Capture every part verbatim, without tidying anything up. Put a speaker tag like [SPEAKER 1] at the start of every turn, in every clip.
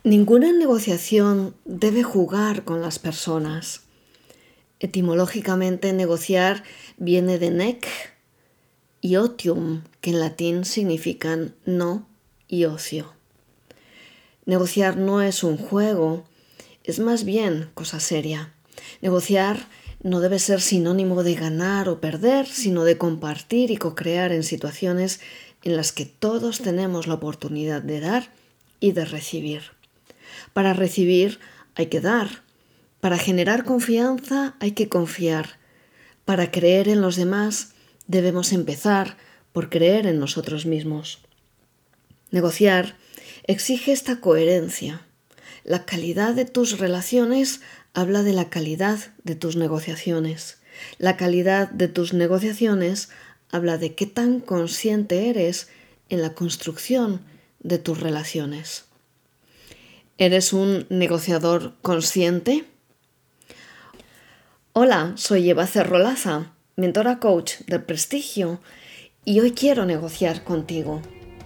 [SPEAKER 1] Ninguna negociación debe jugar con las personas. Etimológicamente, negociar viene de nec y otium, que en latín significan no y ocio. Negociar no es un juego, es más bien cosa seria. Negociar no debe ser sinónimo de ganar o perder, sino de compartir y co-crear en situaciones en las que todos tenemos la oportunidad de dar y de recibir. Para recibir hay que dar. Para generar confianza hay que confiar. Para creer en los demás debemos empezar por creer en nosotros mismos. Negociar exige esta coherencia. La calidad de tus relaciones habla de la calidad de tus negociaciones. La calidad de tus negociaciones habla de qué tan consciente eres en la construcción de tus relaciones. ¿Eres un negociador consciente? Hola, soy Eva Cerrolaza, mentora coach de prestigio, y hoy quiero negociar contigo.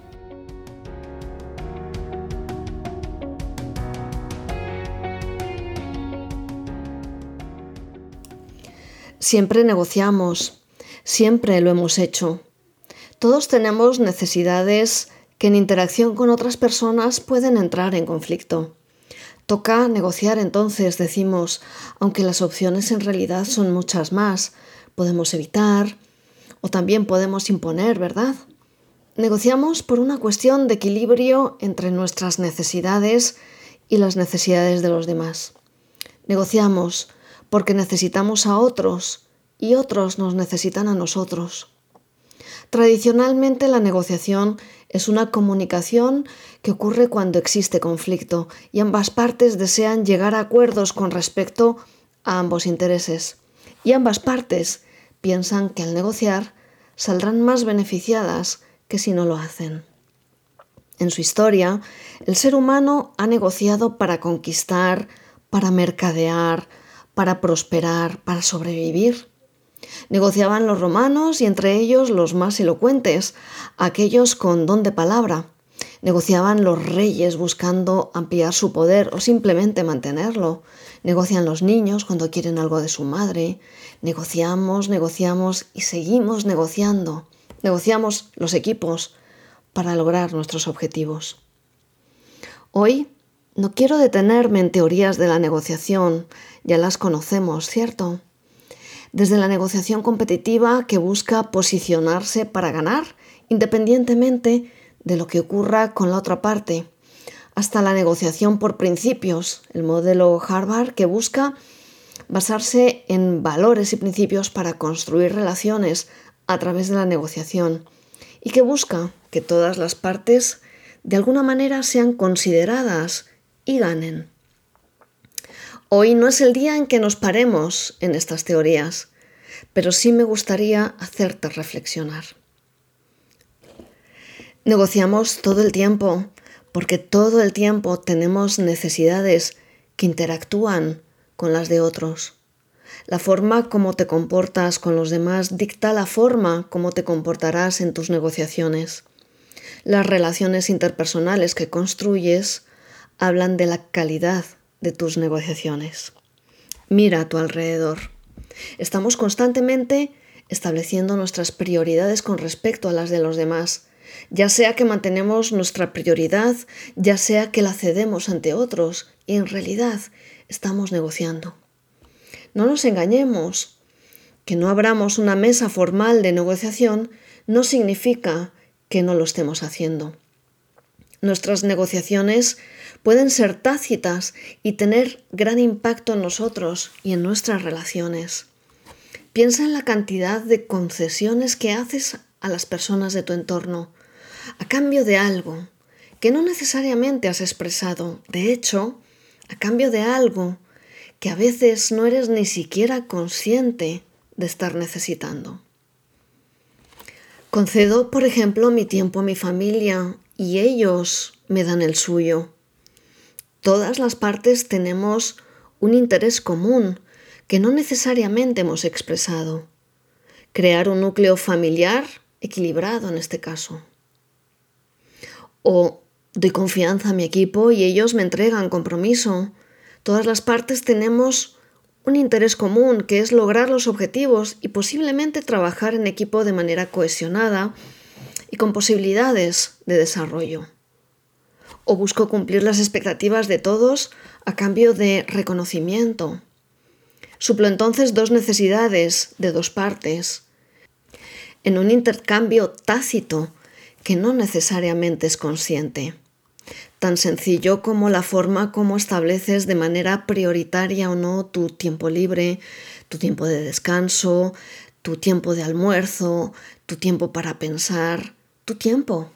[SPEAKER 1] Siempre negociamos, siempre lo hemos hecho. Todos tenemos necesidades que en interacción con otras personas pueden entrar en conflicto. Toca negociar entonces, decimos, aunque las opciones en realidad son muchas más. Podemos evitar o también podemos imponer, ¿verdad? Negociamos por una cuestión de equilibrio entre nuestras necesidades y las necesidades de los demás. Negociamos porque necesitamos a otros y otros nos necesitan a nosotros. Tradicionalmente la negociación es una comunicación que ocurre cuando existe conflicto y ambas partes desean llegar a acuerdos con respecto a ambos intereses. Y ambas partes piensan que al negociar saldrán más beneficiadas que si no lo hacen. En su historia, el ser humano ha negociado para conquistar, para mercadear, para prosperar, para sobrevivir. Negociaban los romanos y entre ellos los más elocuentes, aquellos con don de palabra. Negociaban los reyes buscando ampliar su poder o simplemente mantenerlo. Negocian los niños cuando quieren algo de su madre. Negociamos, negociamos y seguimos negociando. Negociamos los equipos para lograr nuestros objetivos. Hoy no quiero detenerme en teorías de la negociación, ya las conocemos, ¿cierto? Desde la negociación competitiva que busca posicionarse para ganar, independientemente de lo que ocurra con la otra parte, hasta la negociación por principios, el modelo Harvard que busca basarse en valores y principios para construir relaciones a través de la negociación y que busca que todas las partes de alguna manera sean consideradas y ganen. Hoy no es el día en que nos paremos en estas teorías, pero sí me gustaría hacerte reflexionar. Negociamos todo el tiempo, porque todo el tiempo tenemos necesidades que interactúan con las de otros. La forma como te comportas con los demás dicta la forma como te comportarás en tus negociaciones. Las relaciones interpersonales que construyes hablan de la calidad de tus negociaciones. Mira a tu alrededor. Estamos constantemente estableciendo nuestras prioridades con respecto a las de los demás, ya sea que mantenemos nuestra prioridad, ya sea que la cedemos ante otros y en realidad estamos negociando. No nos engañemos. Que no abramos una mesa formal de negociación no significa que no lo estemos haciendo. Nuestras negociaciones pueden ser tácitas y tener gran impacto en nosotros y en nuestras relaciones. Piensa en la cantidad de concesiones que haces a las personas de tu entorno, a cambio de algo que no necesariamente has expresado. De hecho, a cambio de algo que a veces no eres ni siquiera consciente de estar necesitando. Concedo, por ejemplo, mi tiempo a mi familia y ellos me dan el suyo. Todas las partes tenemos un interés común que no necesariamente hemos expresado. Crear un núcleo familiar equilibrado en este caso. O Doy confianza a mi equipo y ellos me entregan compromiso. Todas las partes tenemos un interés común, que es lograr los objetivos y posiblemente trabajar en equipo de manera cohesionada y con posibilidades de desarrollo. O busco cumplir las expectativas de todos a cambio de reconocimiento. Suplo entonces dos necesidades de dos partes en un intercambio tácito que no necesariamente es consciente. Tan sencillo como la forma como estableces de manera prioritaria o no tu tiempo libre, tu tiempo de descanso, tu tiempo de almuerzo, tu tiempo para pensar, tu tiempo.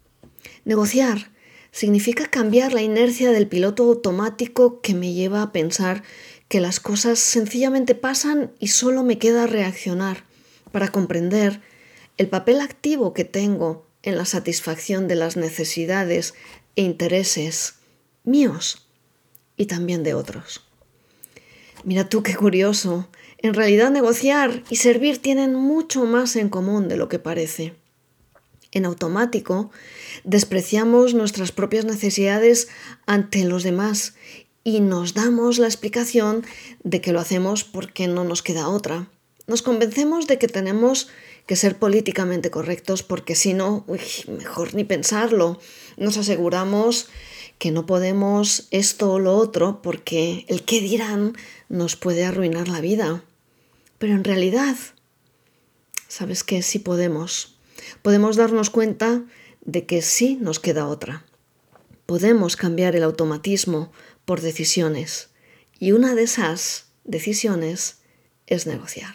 [SPEAKER 1] Negociar significa cambiar la inercia del piloto automático que me lleva a pensar que las cosas sencillamente pasan y solo me queda reaccionar para comprender el papel activo que tengo en la satisfacción de las necesidades e intereses míos y también de otros. Mira tú qué curioso. En realidad negociar y servir tienen mucho más en común de lo que parece. En automático, despreciamos nuestras propias necesidades ante los demás y nos damos la explicación de que lo hacemos porque no nos queda otra. Nos convencemos de que tenemos que ser políticamente correctos porque si no, uy, mejor ni pensarlo. Nos aseguramos que no podemos esto o lo otro porque el qué dirán nos puede arruinar la vida. Pero en realidad, ¿sabes qué? Sí podemos. Podemos darnos cuenta de que sí nos queda otra. Podemos cambiar el automatismo por decisiones y una de esas decisiones es negociar.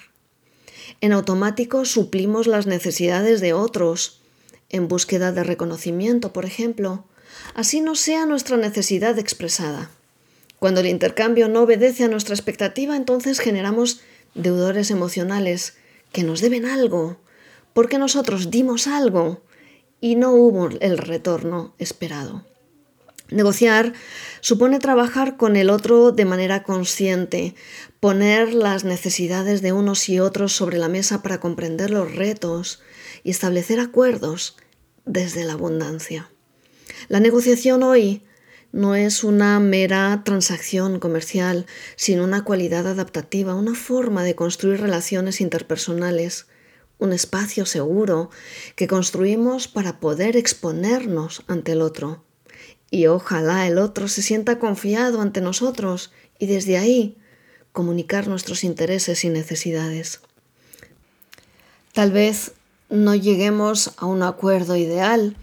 [SPEAKER 1] En automático suplimos las necesidades de otros en búsqueda de reconocimiento, por ejemplo, así no sea nuestra necesidad expresada. Cuando el intercambio no obedece a nuestra expectativa, entonces generamos deudores emocionales que nos deben algo, porque nosotros dimos algo y no hubo el retorno esperado. Negociar supone trabajar con el otro de manera consciente, poner las necesidades de unos y otros sobre la mesa para comprender los retos y establecer acuerdos desde la abundancia. La negociación hoy no es una mera transacción comercial, sino una cualidad adaptativa, una forma de construir relaciones interpersonales, un espacio seguro que construimos para poder exponernos ante el otro. Y ojalá el otro se sienta confiado ante nosotros y desde ahí comunicar nuestros intereses y necesidades. Tal vez no lleguemos a un acuerdo ideal,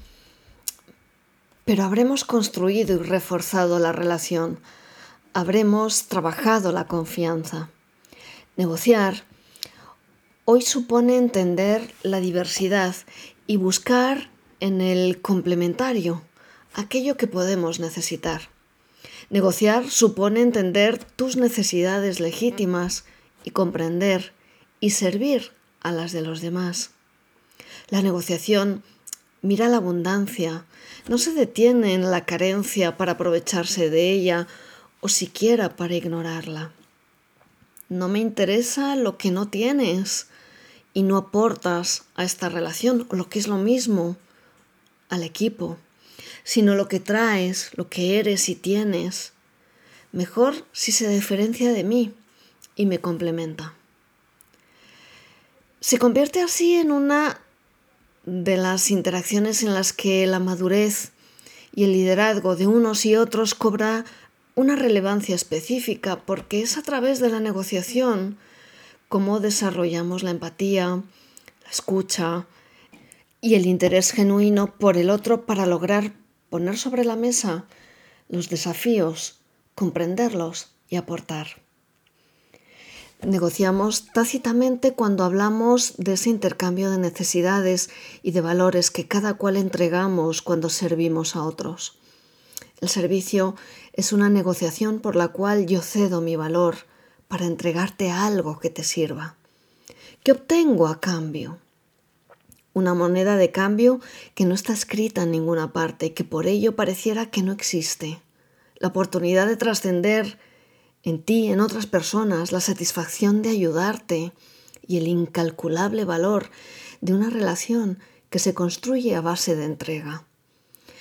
[SPEAKER 1] pero habremos construido y reforzado la relación, habremos trabajado la confianza. Negociar hoy supone entender la diversidad y buscar en el complementario aquello que podemos necesitar. Negociar supone entender tus necesidades legítimas y comprender y servir a las de los demás. La negociación mira la abundancia, no se detiene en la carencia para aprovecharse de ella o siquiera para ignorarla. No me interesa lo que no tienes y no aportas a esta relación, o lo que es lo mismo, al equipo, sino lo que traes, lo que eres y tienes. Mejor si se diferencia de mí y me complementa. Se convierte así en una de las interacciones en las que la madurez y el liderazgo de unos y otros cobra una relevancia específica, porque es a través de la negociación cómo desarrollamos la empatía, la escucha y el interés genuino por el otro para lograr poner sobre la mesa los desafíos, comprenderlos y aportar. Negociamos tácitamente cuando hablamos de ese intercambio de necesidades y de valores que cada cual entregamos cuando servimos a otros. El servicio es una negociación por la cual yo cedo mi valor para entregarte algo que te sirva. ¿Qué obtengo a cambio? Una moneda de cambio que no está escrita en ninguna parte y que por ello pareciera que no existe. La oportunidad de trascender en ti, en otras personas, la satisfacción de ayudarte y el incalculable valor de una relación que se construye a base de entrega.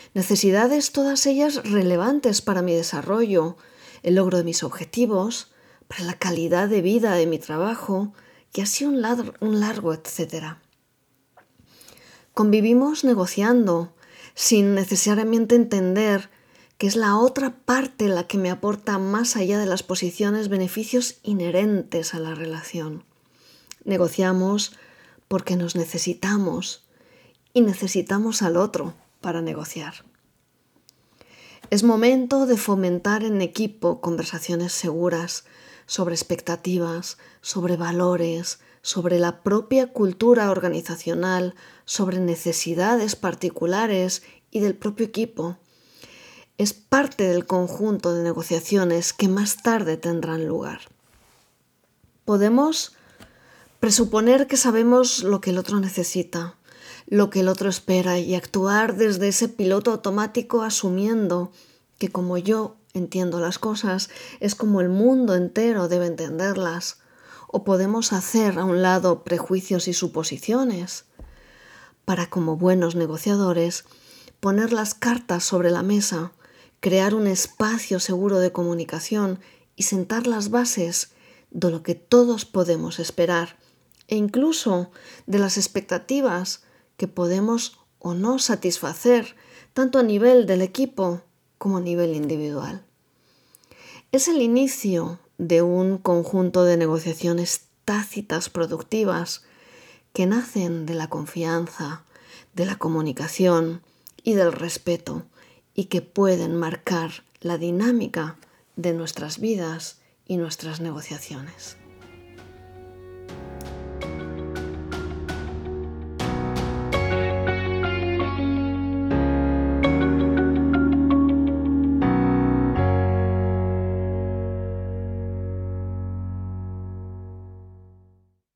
[SPEAKER 1] Necesidades todas ellas relevantes para mi desarrollo, el logro de mis objetivos, para la calidad de vida de mi trabajo y así un largo, un largo etcétera. Convivimos negociando sin necesariamente entender que es la otra parte la que me aporta más allá de las posiciones beneficios inherentes a la relación. Negociamos porque nos necesitamos y necesitamos al otro para negociar. Es momento de fomentar en equipo conversaciones seguras sobre expectativas, sobre valores, sobre la propia cultura organizacional, sobre necesidades particulares y del propio equipo. Es parte del conjunto de negociaciones que más tarde tendrán lugar. Podemos presuponer que sabemos lo que el otro necesita, lo que el otro espera y actuar desde ese piloto automático asumiendo que como yo entiendo las cosas es como el mundo entero debe entenderlas. O podemos hacer a un lado prejuicios y suposiciones para, como buenos negociadores, poner las cartas sobre la mesa, crear un espacio seguro de comunicación y sentar las bases de lo que todos podemos esperar e incluso de las expectativas que podemos o no satisfacer tanto a nivel del equipo como a nivel individual. Es el inicio de un conjunto de negociaciones tácitas productivas que nacen de la confianza, de la comunicación y del respeto y que pueden marcar la dinámica de nuestras vidas y nuestras negociaciones.